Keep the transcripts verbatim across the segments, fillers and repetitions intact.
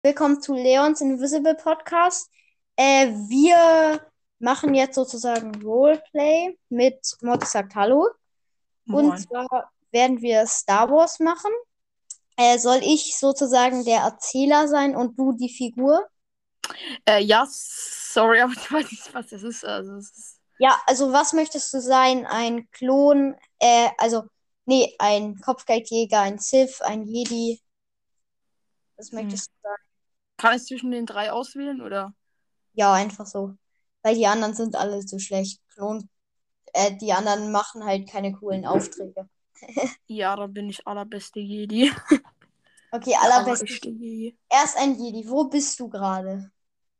Willkommen zu Leons Invisible Podcast. Äh, wir machen jetzt sozusagen Roleplay mit Mod sagt Hallo. Und Moin. zwar werden wir Star Wars machen. Äh, soll ich sozusagen der Erzähler sein und du die Figur? Äh, ja, sorry, aber ich weiß nicht, was das ist. Also, es ist Ja, also was möchtest du sein? Ein Klon, äh, also, nee, ein Kopfgeldjäger, ein Sith, ein Jedi. Was hm. möchtest du sein? Kann ich zwischen den drei auswählen, oder? Ja, einfach so. Weil die anderen sind alle so schlecht. Klon, äh, die anderen machen halt keine coolen Aufträge. Ja, da bin ich allerbeste Jedi. Okay, Der allerbeste. allerechte Jedi. Erst ein Jedi. Wo bist du gerade?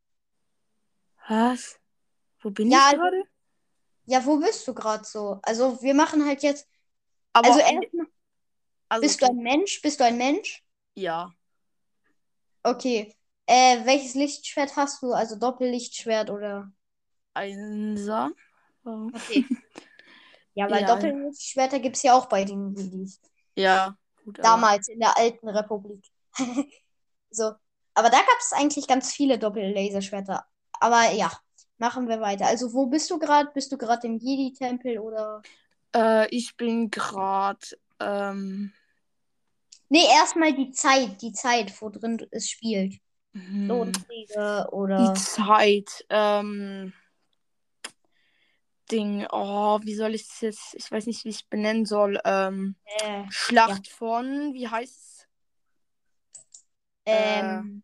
Was? Wo bin ich Ja, also, gerade? ja, wo bist du gerade so? Also, wir machen halt jetzt. Also, Aber, in, erstmal, also, bist du okay. ein Mensch? Bist du ein Mensch? Ja. Okay. Äh, welches Lichtschwert hast du? Also, Doppellichtschwert oder. Einser. Warum? Okay. Ja, weil Ja, Doppellichtschwerter gibt es ja auch bei den Jedis. ja. Gut, aber. Damals in der alten Republik. So. Aber da gab es eigentlich ganz viele Doppellaserschwerter. Aber ja, machen wir weiter. Also, wo bist du gerade? Bist du gerade im Jedi-Tempel oder. Äh, ich bin gerade. Ähm. Nee, erstmal die Zeit, die Zeit, wo drin es spielt. Hm, Klonkriege die oder. Zeit. Ähm. Ding, oh, wie soll ich es jetzt, ich weiß nicht, wie ich es benennen soll. Ähm, Äh, ja. Schlacht von, wie heißt es? Äh, Ähm,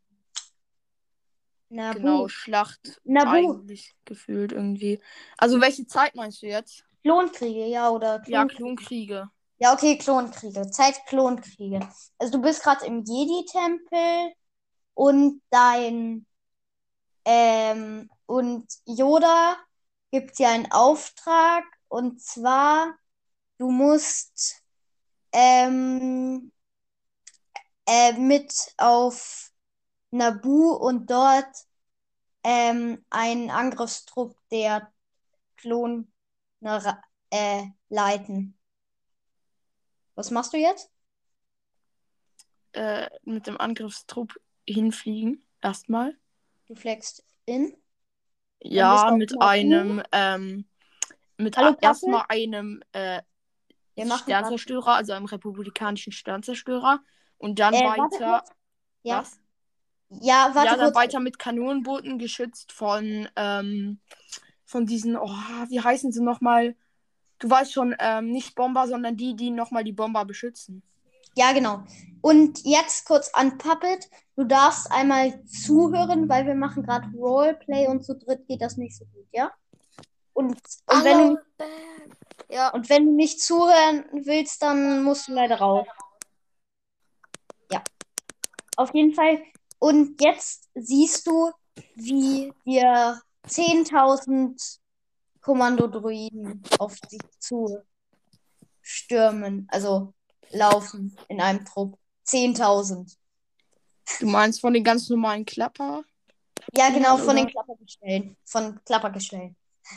genau, Nabu. Schlacht Nabu. eigentlich gefühlt irgendwie. Also welche Zeit meinst du jetzt? Klonkriege, ja, oder Ja, Klonkriege. Klonkriege. Ja, okay, Klonkriege. Zeit Klonkriege. Also du bist gerade im Jedi-Tempel und dein ähm, und Yoda gibt dir einen Auftrag und zwar, du musst ähm, äh, mit auf Naboo und dort ähm, einen Angriffstrupp der Klone äh, leiten. Was machst du jetzt? Äh, mit dem Angriffstrupp hinfliegen. Erstmal. Du fliegst in, dann bist Ja, du auf mit Naboo. einem, ähm, mit Hallo a- Pappel, erstmal einem äh, wir machen gerade. Sternzerstörer, also einem republikanischen Sternzerstörer. Und dann Äh, warte weiter, kurz. Ja. was? Ja, warte Ja, dann kurz. weiter mit Kanonenbooten geschützt von, ähm, von diesen, oh, wie heißen sie nochmal? Du weißt schon, ähm, nicht Bomber, sondern die, die nochmal die Bomber beschützen. Ja, genau. Und jetzt kurz an Puppet. Du darfst einmal zuhören, weil wir machen gerade Roleplay und zu dritt geht das nicht so gut, ja? Und, und wenn du Hallo. nicht, Ja. und wenn du nicht zuhören willst, dann musst du leider raus. Ja, auf jeden Fall. Und jetzt siehst du, wie wir zehntausend Kommandodroiden auf dich zu stürmen, also laufen in einem Trupp. Zehntausend. Du meinst von den ganz normalen Klapper-Dingern, Ja, genau, von den oder? Klappergestellen. Von Klappergestellen.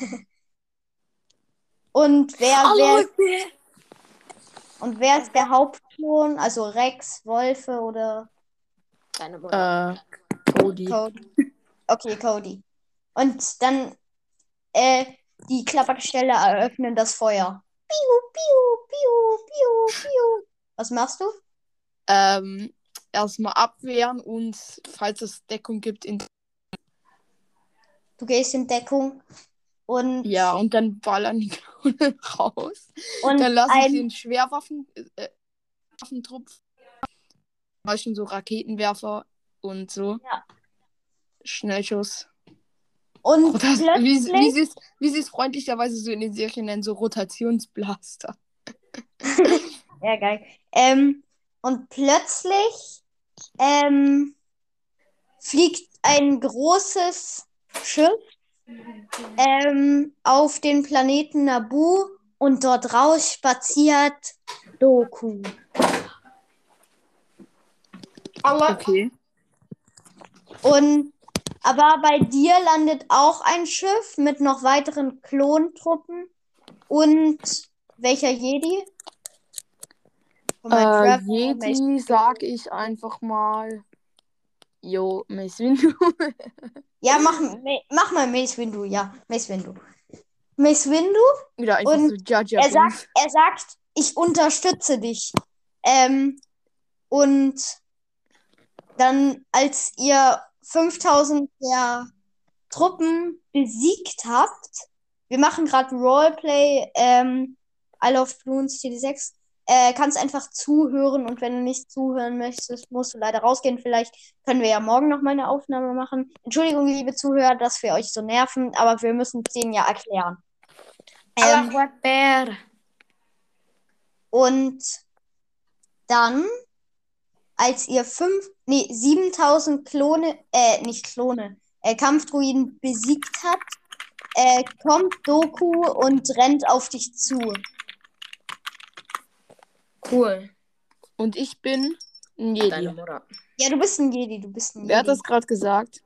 Und wer, wer, Hallo. und wer ist der Hauptklon? Also Rex, Wolfe oder deine Brüder? Äh, Cody. Cody. Okay, Cody. Und dann, äh, die Klappergestelle eröffnen das Feuer. Piu, piu, piu, piu, piu. Was machst du? Ähm, erstmal abwehren und falls es Deckung gibt, in. Du gehst in Deckung und, Ja, und dann ballern die Kanone raus. und Dann lasse ich ein, den Schwerwaffen, äh, Waffentrupp, zum Beispiel so Raketenwerfer und so. ja. Schnellschuss. Und Rotas wie, wie plötzlich, sie es wie sie es freundlicherweise so in den Serien nennen, so Rotationsblaster. ja, geil. Ähm, und plötzlich, ähm, fliegt ein großes Schiff ähm, auf den Planeten Naboo und dort raus spaziert Doku. Aber, Okay. und, aber bei dir landet auch ein Schiff mit noch weiteren Klontruppen und welcher Jedi? Von meinem Äh, Trevor, Mace Jedi sag Windu. ich einfach mal. Jo, Mace Windu. Ja, mach, Ma- mach mal Mace Windu, ja. Mace Windu. Mace Windu Wieder einfach und so Jar Jar er sagt, Binks. er sagt, ich unterstütze dich. Ähm, und dann, als ihr fünftausend der Truppen besiegt habt, wir machen gerade Roleplay, ähm, Isle of Bloons T D sechs, äh, kannst einfach zuhören und wenn du nicht zuhören möchtest, musst du leider rausgehen. Vielleicht können wir ja morgen noch mal eine Aufnahme machen. Entschuldigung, liebe Zuhörer, dass wir euch so nerven, aber wir müssen es denen ja erklären. Ähm, Allahu Akbar. und dann, als ihr fünf, nee, siebentausend Klone, äh, nicht Klone, äh, Kampfdruiden besiegt habt, äh, kommt Doku und rennt auf dich zu. Cool. Und ich bin ein Deine Jedi. Mutter. Ja, du bist ein Jedi, du bist ein Wer hat Jedi. das gerade gesagt?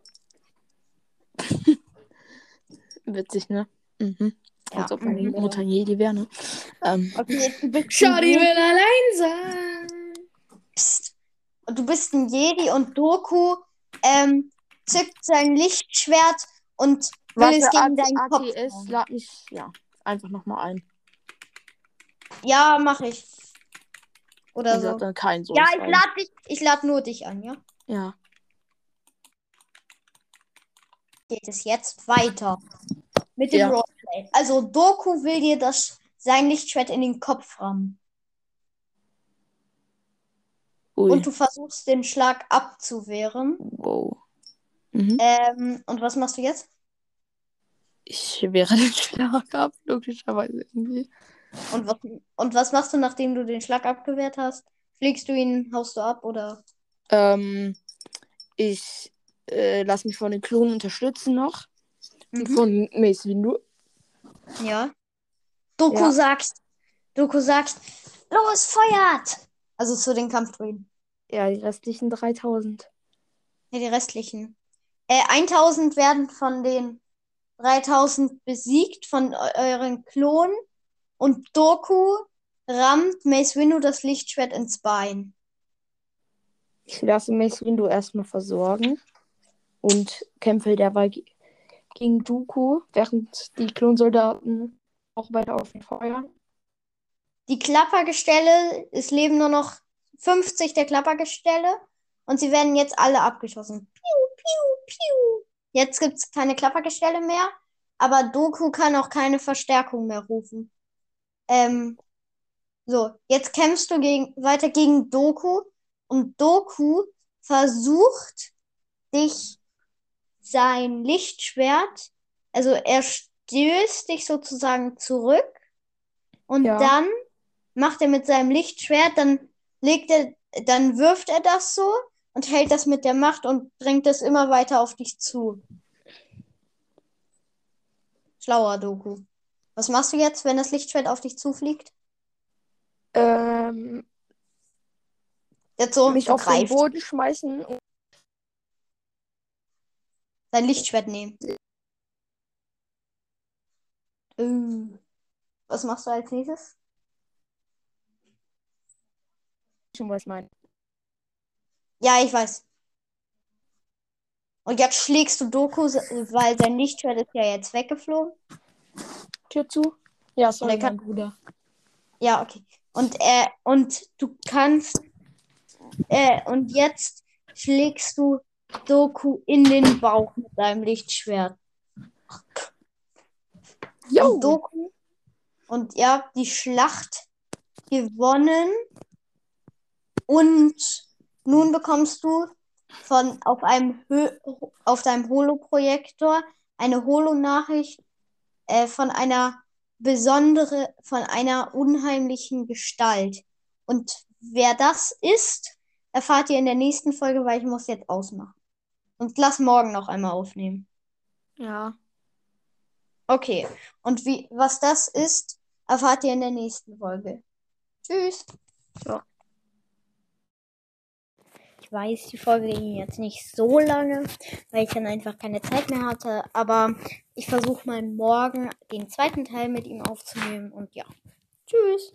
Witzig, ne? Mhm. Ja. Als ob meine Mhm. Mutter ein Jedi wäre, ne? Ähm, Okay, du bist ein Shadi Jedi. will allein sein. Psst. Und du bist ein Jedi und Doku ähm, zückt sein Lichtschwert und will es warte, gegen deinen A Kopf T S, hauen. lad mich, ja, einfach nochmal ein. Ja, mach ich. Oder Ich lade so. dann keinen so. Ja, ich lade dich, ich lade nur dich an, ja? Ja. Geht es jetzt weiter mit dem Ja. Roleplay. Also Doku will dir das sein Lichtschwert in den Kopf rammen. Ui. Und du versuchst den Schlag abzuwehren. Wow. Mhm. Ähm, und was machst du jetzt? Ich wehre den Schlag ab, logischerweise irgendwie. Und was, und was machst du, nachdem du den Schlag abgewehrt hast? Fliegst du ihn, haust du ab oder? Ähm, ich äh, lasse mich von den Klonen unterstützen noch. Und Mhm. von Mace Windu. Ja. Doku Ja. sagt, Doku sagt, los, feuert! Also zu den Kampfdruiden. Ja, die restlichen dreitausend. Ja, die restlichen. Äh, tausend werden von den dreitausend besiegt, von eu euren Klonen. Und Doku rammt Mace Windu das Lichtschwert ins Bein. Ich lasse Mace Windu erstmal versorgen. Und kämpfe derweil ge- gegen Dooku, während die Klonsoldaten auch weiter auf ihn feuern. Die Klappergestelle, es leben nur noch fünfzig der Klappergestelle und sie werden jetzt alle abgeschossen. Piu, piu, piu. Jetzt gibt es keine Klappergestelle mehr, aber Doku kann auch keine Verstärkung mehr rufen. Ähm, so, jetzt kämpfst du gegen, weiter gegen Doku und Doku versucht, dich sein Lichtschwert, also er stößt dich sozusagen zurück und Ja. dann macht er mit seinem Lichtschwert, dann legt er, dann wirft er das so und hält das mit der Macht und bringt es immer weiter auf dich zu. Schlauer Doku. Was machst du jetzt, wenn das Lichtschwert auf dich zufliegt? Ähm, Jetzt so, mich du auf den greifst, Boden schmeißen. Und dein Lichtschwert nehmen. Äh, Was machst du als nächstes? schon was mein. Ja, ich weiß. Und jetzt schlägst du Doku, weil sein Lichtschwert ist ja jetzt weggeflogen. Tür zu. Ja, sorry, Und er kann- mein Bruder. Ja, okay. Und äh, und du kannst äh, und jetzt schlägst du Doku in den Bauch mit deinem Lichtschwert. Und Doku und ihr habt die Schlacht gewonnen. Und nun bekommst du von auf einem Hö auf deinem Holo-Projektor eine Holo-Nachricht äh, von einer besondere, von einer unheimlichen Gestalt. Und wer das ist, erfahrt ihr in der nächsten Folge, weil ich muss jetzt ausmachen. Und lass morgen noch einmal aufnehmen. Ja. Okay. Und wie, was das ist, erfahrt ihr in der nächsten Folge. Tschüss. Ja. Ich weiß, die Folge ging jetzt nicht so lange, weil ich dann einfach keine Zeit mehr hatte. Aber ich versuche mal morgen den zweiten Teil mit ihm aufzunehmen. Und ja. Tschüss.